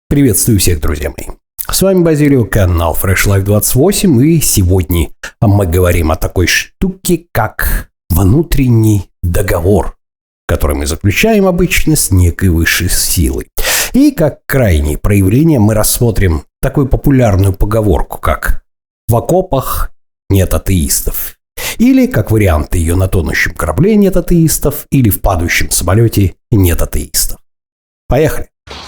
Приветствую всех, друзья мои. С вами Базилио, канал Fresh Life 28, и сегодня мы говорим о такой штуке, как внутренний договор, который мы заключаем обычно с некой высшей силой. И как крайнее проявление мы рассмотрим такую популярную поговорку, как «в окопах нет атеистов». Или, как вариант ее, на тонущем корабле нет атеистов, или в падающем самолете нет атеистов. Поехали!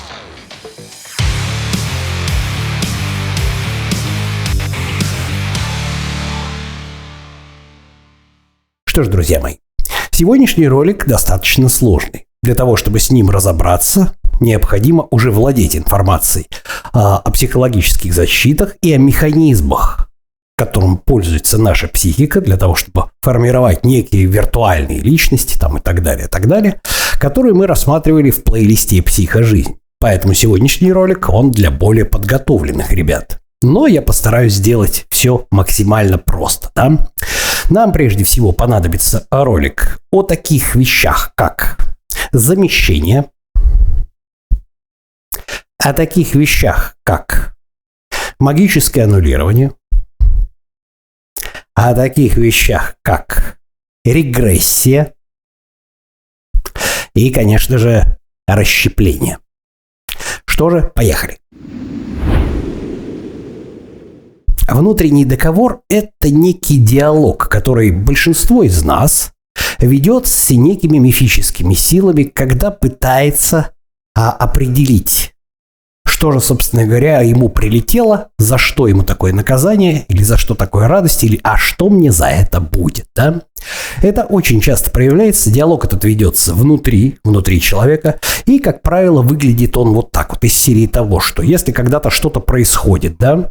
Что ж, друзья мои, сегодняшний ролик достаточно сложный. Для того, чтобы с ним разобраться, необходимо уже владеть информацией о психологических защитах и о механизмах, которым пользуется наша психика для того, чтобы формировать некие виртуальные личности и так далее, которые мы рассматривали в плейлисте «Психожизнь». Поэтому сегодняшний ролик, он для более подготовленных ребят. Но я постараюсь сделать все максимально просто, да? Нам прежде всего понадобится ролик о таких вещах, как замещение, о таких вещах, как магическое аннулирование, о таких вещах, как регрессия и, конечно же, расщепление. Что же, поехали. Внутренний договор – это некий диалог, который большинство из нас ведет с некими мифическими силами, когда пытается определить, что же, собственно говоря, ему прилетело, за что ему такое наказание, или за что такое радость, или «а что мне за это будет?», да? Это очень часто проявляется, диалог этот ведется внутри человека, и, как правило, выглядит он вот так вот, из серии того, что если когда-то что-то происходит, да,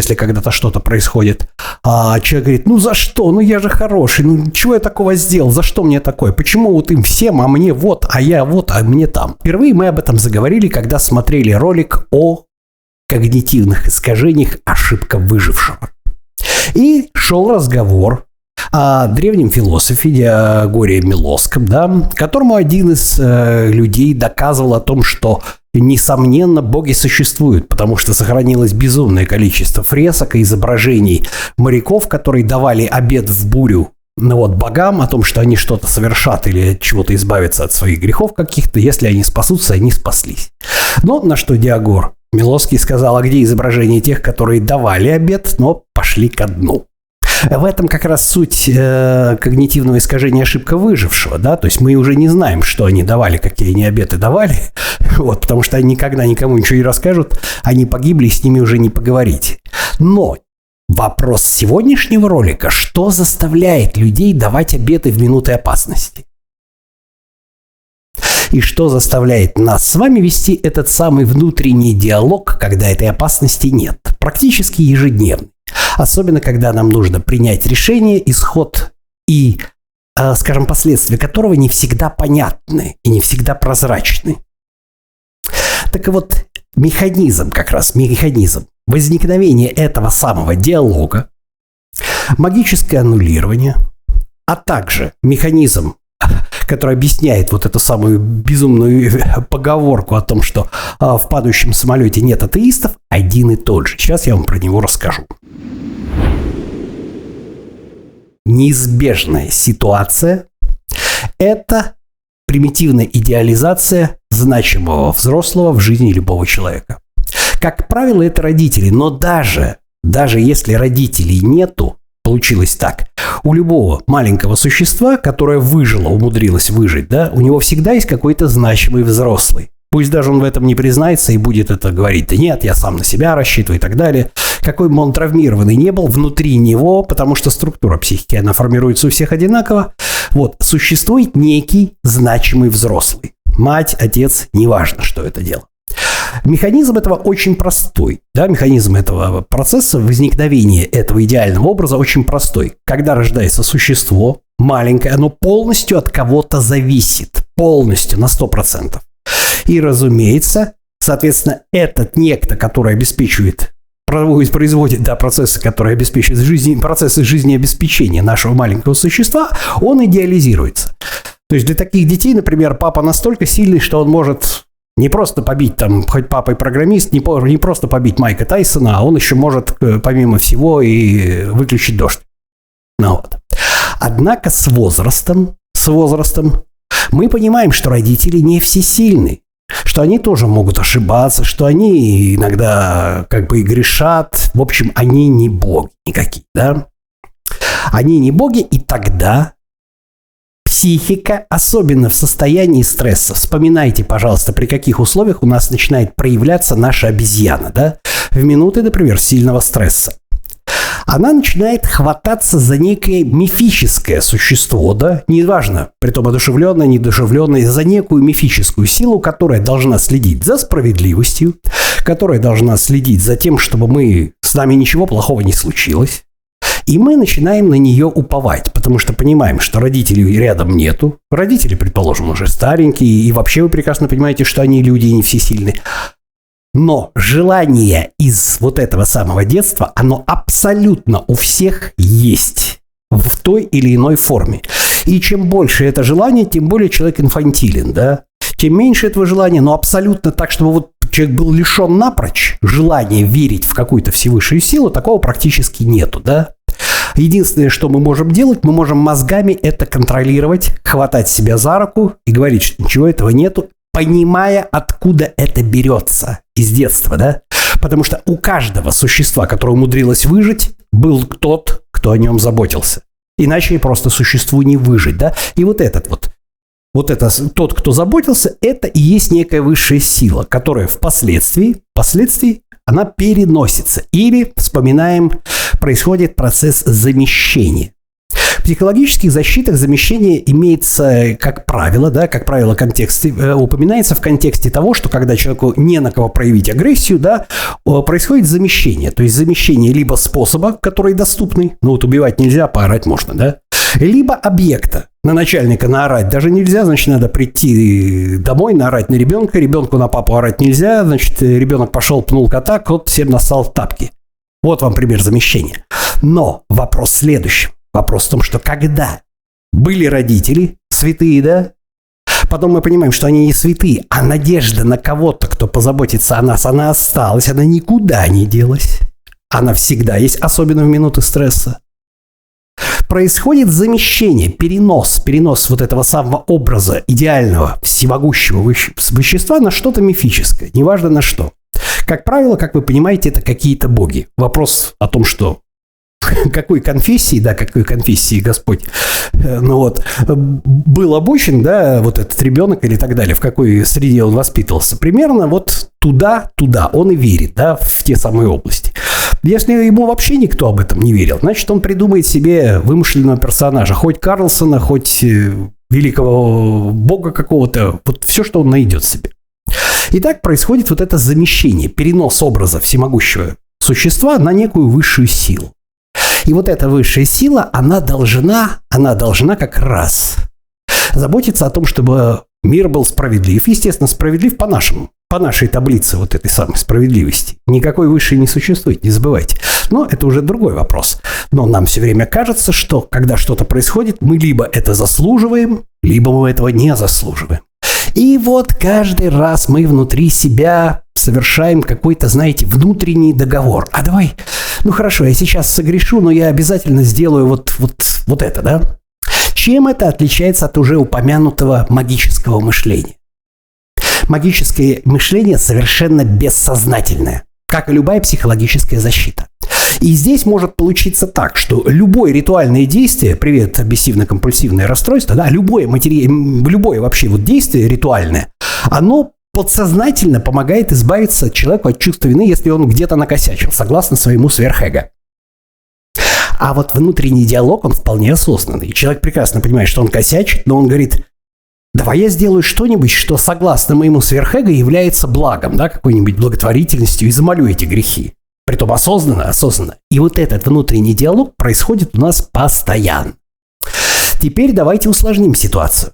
а человек говорит: ну за что, ну я же хороший, ну чего я такого сделал, за что мне такое, почему вот им всем, а мне вот, а я вот, а мне там. Впервые мы об этом заговорили, когда смотрели ролик о когнитивных искажениях «Ошибка выжившего». И шел разговор о древнем философе Диагоре Милосском, да, которому один из людей доказывал о том, что, несомненно, боги существуют, потому что сохранилось безумное количество фресок и изображений моряков, которые давали обет в бурю богам о том, что они что-то совершат или от чего-то избавятся от своих грехов каких-то, если они спасутся, они спаслись. Но на что Диагор Милосский сказал: а где изображение тех, которые давали обет, но пошли ко дну? В этом как раз суть когнитивного искажения «Ошибка выжившего», да, то есть мы уже не знаем, что они давали, какие они обеты давали, вот, потому что они никогда никому ничего не расскажут, они погибли, с ними уже не поговорить. Но вопрос сегодняшнего ролика: что заставляет людей давать обеты в минуты опасности? И что заставляет нас с вами вести этот самый внутренний диалог, когда этой опасности нет, практически ежедневно? Особенно, когда нам нужно принять решение, исход и, скажем, последствия которого не всегда понятны и не всегда прозрачны. Так вот, механизм возникновения этого самого диалога, магическое аннулирование, а также механизм, который объясняет вот эту самую безумную поговорку о том, что в падающем самолете нет атеистов, один и тот же. Сейчас я вам про него расскажу. Неизбежная ситуация – это примитивная идеализация значимого взрослого в жизни любого человека. Как правило, это родители, но даже если родителей нету, получилось так. У любого маленького существа, которое выжило, умудрилось выжить, да, у него всегда есть какой-то значимый взрослый. Пусть даже он в этом не признается и будет это говорить: да нет, я сам на себя рассчитываю и так далее. Какой бы он травмированный не был, внутри него, потому что структура психики, она формируется у всех одинаково, вот, существует некий значимый взрослый. Мать, отец, неважно, что это дело. Механизм этого очень простой. Да? Механизм этого процесса возникновения этого идеального образа очень простой. Когда рождается существо маленькое, оно полностью от кого-то зависит. Полностью, на 100%. И, разумеется, соответственно, этот некто, который производит процессы, которые обеспечивают процессы жизнеобеспечения нашего маленького существа, он идеализируется. То есть для таких детей, например, папа настолько сильный, что он может Не просто побить там, хоть папа и программист, не просто побить Майка Тайсона, а он еще может, помимо всего, и выключить дождь. Ну вот. Однако с возрастом мы понимаем, что родители не всесильны, что они тоже могут ошибаться, что они иногда как бы и грешат. В общем, они не боги никакие, да? Они не боги, и тогда психика, особенно в состоянии стресса. Вспоминайте, пожалуйста, при каких условиях у нас начинает проявляться наша обезьяна, да? В минуты, например, сильного стресса. Она начинает хвататься за некое мифическое существо, да? Неважно, притом одушевленное, недушевленное, за некую мифическую силу, которая должна следить за справедливостью, которая должна следить за тем, чтобы с нами ничего плохого не случилось. И мы начинаем на нее уповать, потому что понимаем, что родителей рядом нету. Родители, предположим, уже старенькие, и вообще вы прекрасно понимаете, что они люди и не всесильны. Но желание из вот этого самого детства, оно абсолютно у всех есть в той или иной форме. И чем больше это желание, тем более человек инфантилен, да? Тем меньше этого желания, но абсолютно так, чтобы вот человек был лишен напрочь желания верить в какую-то всевысшую силу, такого практически нету, да? Единственное, что мы можем делать, мы можем мозгами это контролировать, хватать себя за руку и говорить, что ничего этого нету, понимая, откуда это берется из детства, да? Потому что у каждого существа, которое умудрилось выжить, был тот, кто о нем заботился. Иначе просто существу не выжить, да? И вот тот, кто заботился, это и есть некая высшая сила, которая впоследствии она переносится. Или, вспоминаем, происходит процесс замещения. В психологических защитах замещение имеется, как правило, упоминается в контексте того, что когда человеку не на кого проявить агрессию, да, происходит замещение. То есть замещение либо способа, который доступный, убивать нельзя, поорать можно, да, либо объекта. На начальника наорать даже нельзя, значит, надо прийти домой, наорать на ребенка, ребенку на папу орать нельзя, значит, ребенок пошел, пнул кота, кот всем нассал в тапки. Вот вам пример замещения. Но вопрос в следующем. Вопрос в том, что когда были родители святые, да, потом мы понимаем, что они не святые, а надежда на кого-то, кто позаботится о нас, она осталась, она никуда не делась. Она всегда есть, особенно в минуты стресса. Происходит замещение, перенос вот этого самого образа идеального, всемогущего вещества на что-то мифическое, неважно на что. Как правило, как вы понимаете, это какие-то боги. Вопрос о том, что какой конфессии Господь был обучен, да, вот этот ребенок или так далее, в какой среде он воспитывался. Примерно вот туда он и верит, да, в те самые области. Если ему вообще никто об этом не верил, значит, он придумает себе вымышленного персонажа, хоть Карлсона, хоть великого бога какого-то, вот все, что он найдет себе. И так происходит вот это замещение, перенос образа всемогущего существа на некую высшую силу. И вот эта высшая сила, она должна как раз заботиться о том, чтобы мир был справедлив. Естественно, справедлив по нашей таблице вот этой самой справедливости. Никакой высшей не существует, не забывайте. Но это уже другой вопрос. Но нам все время кажется, что когда что-то происходит, мы либо это заслуживаем, либо мы этого не заслуживаем. И вот каждый раз мы внутри себя совершаем какой-то, знаете, внутренний договор. А давай, хорошо, я сейчас согрешу, но я обязательно сделаю вот это, да? Чем это отличается от уже упомянутого магического мышления? Магическое мышление совершенно бессознательное, как и любая психологическая защита. И здесь может получиться так, что любое ритуальное действие, привет, обессивно-компульсивное расстройство, да, любое вообще действие ритуальное, оно подсознательно помогает избавиться человеку от чувства вины, если он где-то накосячил, согласно своему сверхэго. А вот внутренний диалог, он вполне осознанный. Человек прекрасно понимает, что он косячит, но он говорит: давай я сделаю что-нибудь, что согласно моему сверхэго является благом, да, какой-нибудь благотворительностью, и замолю эти грехи. Притом осознанно. И вот этот внутренний диалог происходит у нас постоянно. Теперь давайте усложним ситуацию.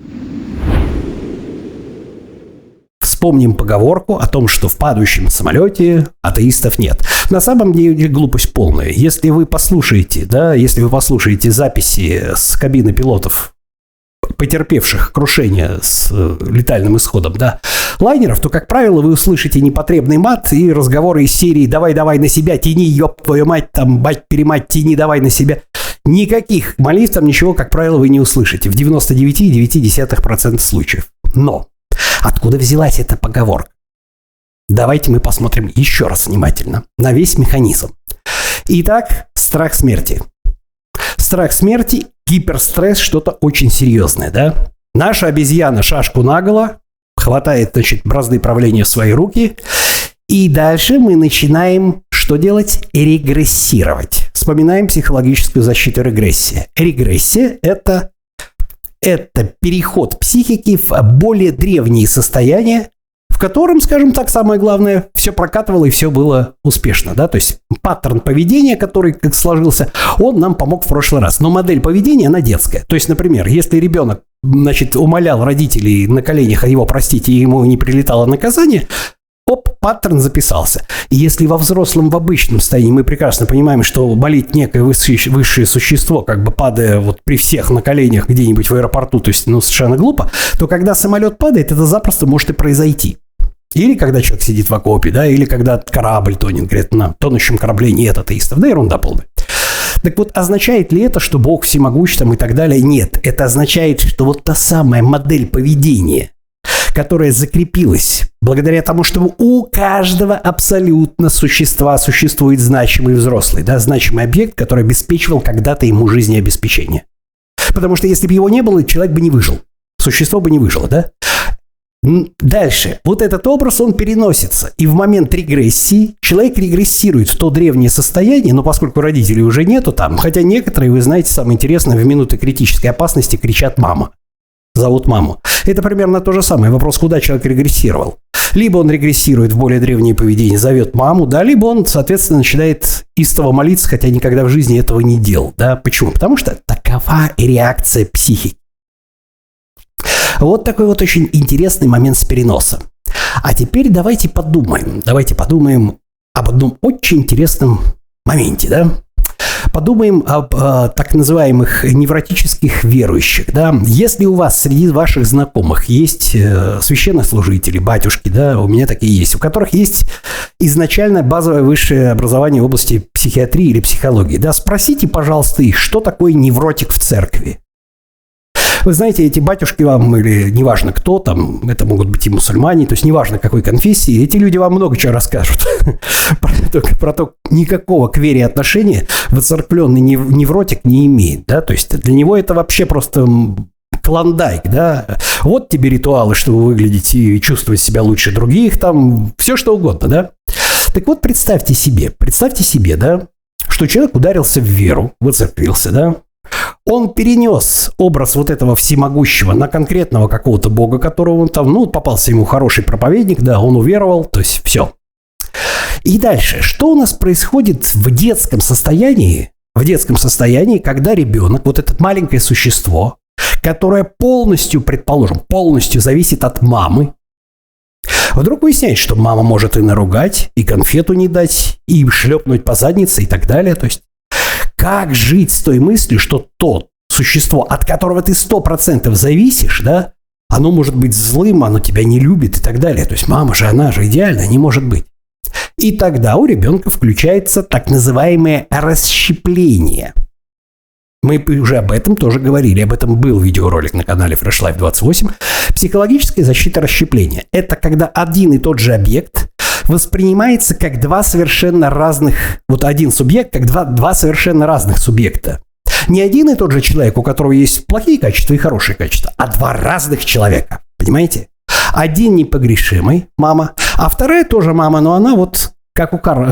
Вспомним поговорку о том, что в падающем самолете атеистов нет. На самом деле глупость полная. Если вы послушаете записи с кабины пилотов потерпевших крушение с летальным исходом, да, лайнеров, то, как правило, вы услышите непотребный мат и разговоры из серии «давай на себя, тяни, ёб твою мать, там, бать-перемать, тяни, давай на себя». Никаких молитв там, ничего, как правило, вы не услышите в 99,9% случаев. Но откуда взялась эта поговорка? Давайте мы посмотрим еще раз внимательно на весь механизм. Итак, страх смерти. Страх смерти, гиперстресс, что-то очень серьезное, да? Наша обезьяна шашку наголо, хватает, значит, бразды правления в свои руки, и дальше мы начинаем что делать? Регрессировать. Вспоминаем психологическую защиту регрессии. Регрессия – это переход психики в более древние состояния, в котором, скажем так, самое главное, все прокатывало и все было успешно, да, то есть паттерн поведения, который как сложился, он нам помог в прошлый раз, но модель поведения, она детская, то есть, например, если ребенок, значит, умолял родителей на коленях его простить, и ему не прилетало наказание, паттерн записался. И если во взрослом, в обычном состоянии мы прекрасно понимаем, что болит некое высшее существо, как бы падая вот при всех на коленях где-нибудь в аэропорту, то есть, совершенно глупо, то когда самолет падает, это запросто может и произойти. Или когда человек сидит в окопе, да, или когда корабль тонет, говорят, на тонущем корабле нет атеистов, да, ерунда полная. Так вот, означает ли это, что Бог всемогущ там и так далее? Нет. Это означает, что вот та самая модель поведения, которая закрепилась благодаря тому, что у каждого абсолютно существа существует значимый взрослый, да, значимый объект, который обеспечивал когда-то ему жизнеобеспечение. Потому что если бы его не было, человек бы не выжил. Существо бы не выжило, да? Дальше. Вот этот образ, он переносится. И в момент регрессии человек регрессирует в то древнее состояние, но поскольку родителей уже нету там, хотя некоторые, вы знаете, самое интересное, в минуты критической опасности кричат «мама». Зовут маму. Это примерно то же самое. Вопрос, куда человек регрессировал. Либо он регрессирует в более древнее поведение, зовет маму, да, либо он, соответственно, начинает истово молиться, хотя никогда в жизни этого не делал. Да? Почему? Потому что такова реакция психики. Вот такой вот очень интересный момент с переносом. А теперь давайте подумаем об одном очень интересном моменте, да? Подумаем об так называемых невротических верующих, да? Если у вас среди ваших знакомых есть священнослужители, батюшки, да, у меня такие есть, у которых есть изначально базовое высшее образование в области психиатрии или психологии, да, спросите, пожалуйста, их, что такое невротик в церкви. Вы знаете, эти батюшки вам, или неважно кто там, это могут быть и мусульмане, то есть неважно какой конфессии, эти люди вам много чего расскажут. Про то, никакого к вере отношения воцерквленный невротик не имеет, да, то есть для него это вообще просто клондайк, да. Вот тебе ритуалы, чтобы выглядеть и чувствовать себя лучше других, там все что угодно, да. Так вот, представьте себе, да, что человек ударился в веру, воцерквился, да. Он перенес образ вот этого всемогущего на конкретного какого-то бога, которого он там, попался ему хороший проповедник, да, он уверовал, то есть все. И дальше, что у нас происходит в детском состоянии, когда ребенок, вот это маленькое существо, которое полностью, предположим, зависит от мамы, вдруг выясняется, что мама может и наругать, и конфету не дать, и шлепнуть по заднице и так далее, то есть как жить с той мыслью, что то существо, от которого ты 100% зависишь, да, оно может быть злым, оно тебя не любит и так далее. То есть мама же, она же идеальна, не может быть. И тогда у ребенка включается так называемое расщепление. Мы уже об этом тоже говорили, об этом был видеоролик на канале Fresh Life 28. Психологическая защита расщепления. Это когда один и тот же объект воспринимается как два совершенно разных, вот один субъект, как два совершенно разных субъекта. Не один и тот же человек, у которого есть плохие качества и хорошие качества, а два разных человека. Понимаете? Один непогрешимый, мама, а вторая тоже мама, но она вот как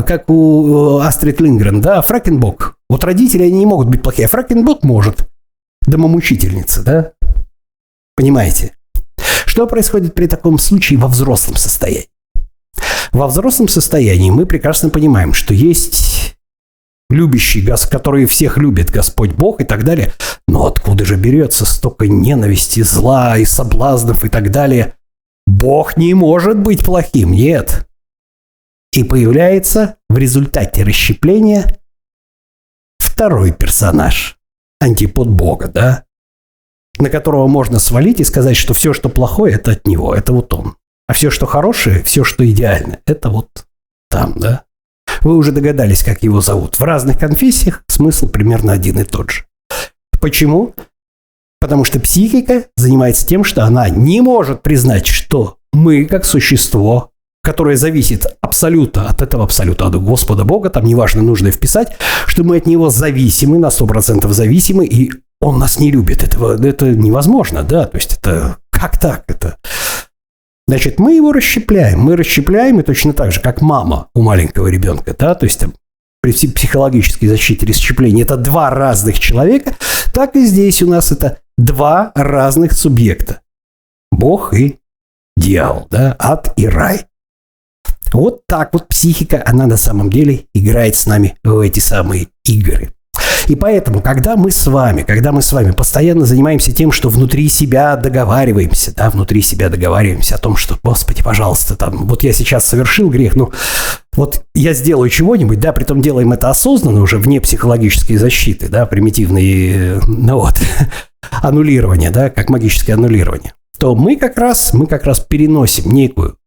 у Астрид Линдгрен, да, Фрэкенбок. Вот родители, они не могут быть плохие, а Фрэкенбок может. Домомучительница, да? Понимаете? Что происходит при таком случае во взрослом состоянии? Во взрослом состоянии мы прекрасно понимаем, что есть любящий, который всех любит, Господь Бог и так далее. Но откуда же берется столько ненависти, зла и соблазнов и так далее? Бог не может быть плохим, нет. И появляется в результате расщепления второй персонаж, антипод Бога, да? на которого можно свалить и сказать, что все, что плохое, это от него, это вот он. А все, что хорошее, все, что идеально, это вот там, да? Вы уже догадались, как его зовут. В разных конфессиях смысл примерно один и тот же. Почему? Потому что психика занимается тем, что она не может признать, что мы, как существо, которое зависит абсолютно от этого абсолюта, от Господа Бога, там неважно, нужно вписать, что мы от него зависимы, на 100% зависимы, и он нас не любит. Это невозможно, да? То есть это как так? Это... Значит, мы его расщепляем. Мы расщепляем, и точно так же, как мама у маленького ребенка, да? То есть там, при психологической защите расщепления это два разных человека, так и здесь у нас это два разных субъекта. Бог и дьявол, да? Ад и рай. Вот так вот психика, она на самом деле играет с нами в эти самые игры. И поэтому, когда мы с вами постоянно занимаемся тем, что внутри себя договариваемся, да, внутри себя договариваемся о том, что, Господи, пожалуйста, там, вот я сейчас совершил грех, ну, вот я сделаю чего-нибудь, да, притом делаем это осознанно, уже вне психологической защиты, да, примитивные, ну вот, аннулирование, да, как магическое аннулирование, то мы как раз переносим некую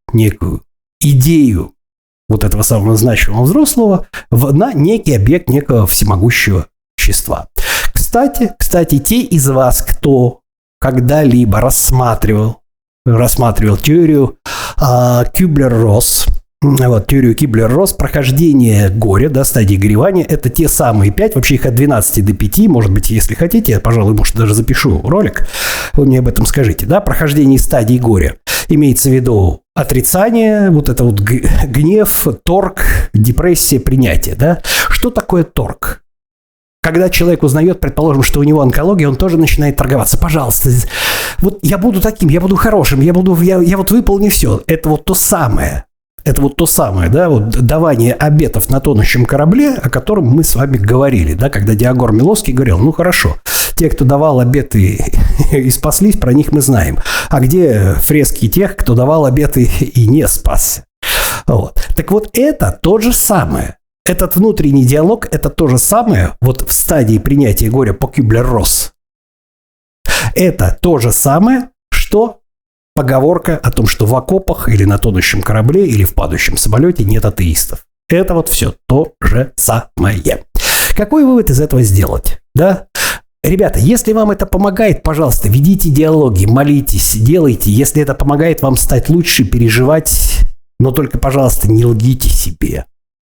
идею вот этого самого значимого взрослого на некий объект некого всемогущего существа. Кстати, те из вас, кто когда-либо рассматривал теорию Кюблер-Росс, вот, теорию Кюблер-Росс, прохождение горя, да, стадии горевания, это те самые 5, вообще их от 12 до 5, может быть, если хотите, я, пожалуй, может, даже запишу ролик, вы мне об этом скажите, да, прохождение стадии горя. Имеется в виду отрицание, вот это вот гнев, торг, депрессия, принятие, да. Что такое торг? Когда человек узнает, предположим, что у него онкология, он тоже начинает торговаться. Пожалуйста, вот я буду таким, я буду хорошим, я вот выполню все. Это вот то самое. Это вот то самое, да, вот давание обетов на тонущем корабле, о котором мы с вами говорили, да, когда Диагор Миловский говорил, ну хорошо, те, кто давал обеты и спаслись, про них мы знаем. А где фрески тех, кто давал обеты и не спасся? Вот. Так вот, это то же самое. Этот внутренний диалог – это то же самое вот в стадии принятия горя по Кюблер-Росс. Это то же самое, что поговорка о том, что в окопах или на тонущем корабле или в падающем самолете нет атеистов. Это вот все то же самое. Какой вывод из этого сделать? Да? Ребята, если вам это помогает, пожалуйста, ведите диалоги, молитесь, делайте. Если это помогает вам стать лучше, переживать, но только, пожалуйста, не лгите себе.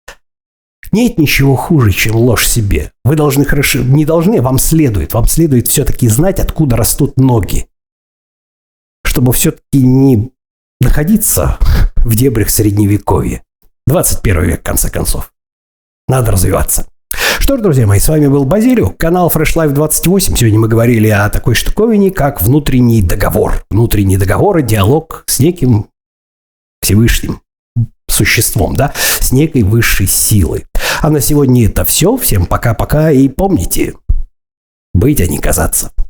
Нет ничего хуже, чем ложь себе. Вы должны не должны, вам следует все-таки знать, откуда растут ноги. Чтобы все-таки не находиться в дебрях Средневековья. 21 век, в конце концов. Надо развиваться. Что ж, друзья мои, с вами был Базилио, канал Fresh Life 28. Сегодня мы говорили о такой штуковине, как внутренний договор. Внутренний договор и диалог с неким Всевышним существом, да, с некой высшей силой. А на сегодня это все. Всем пока-пока и помните, быть, а не казаться.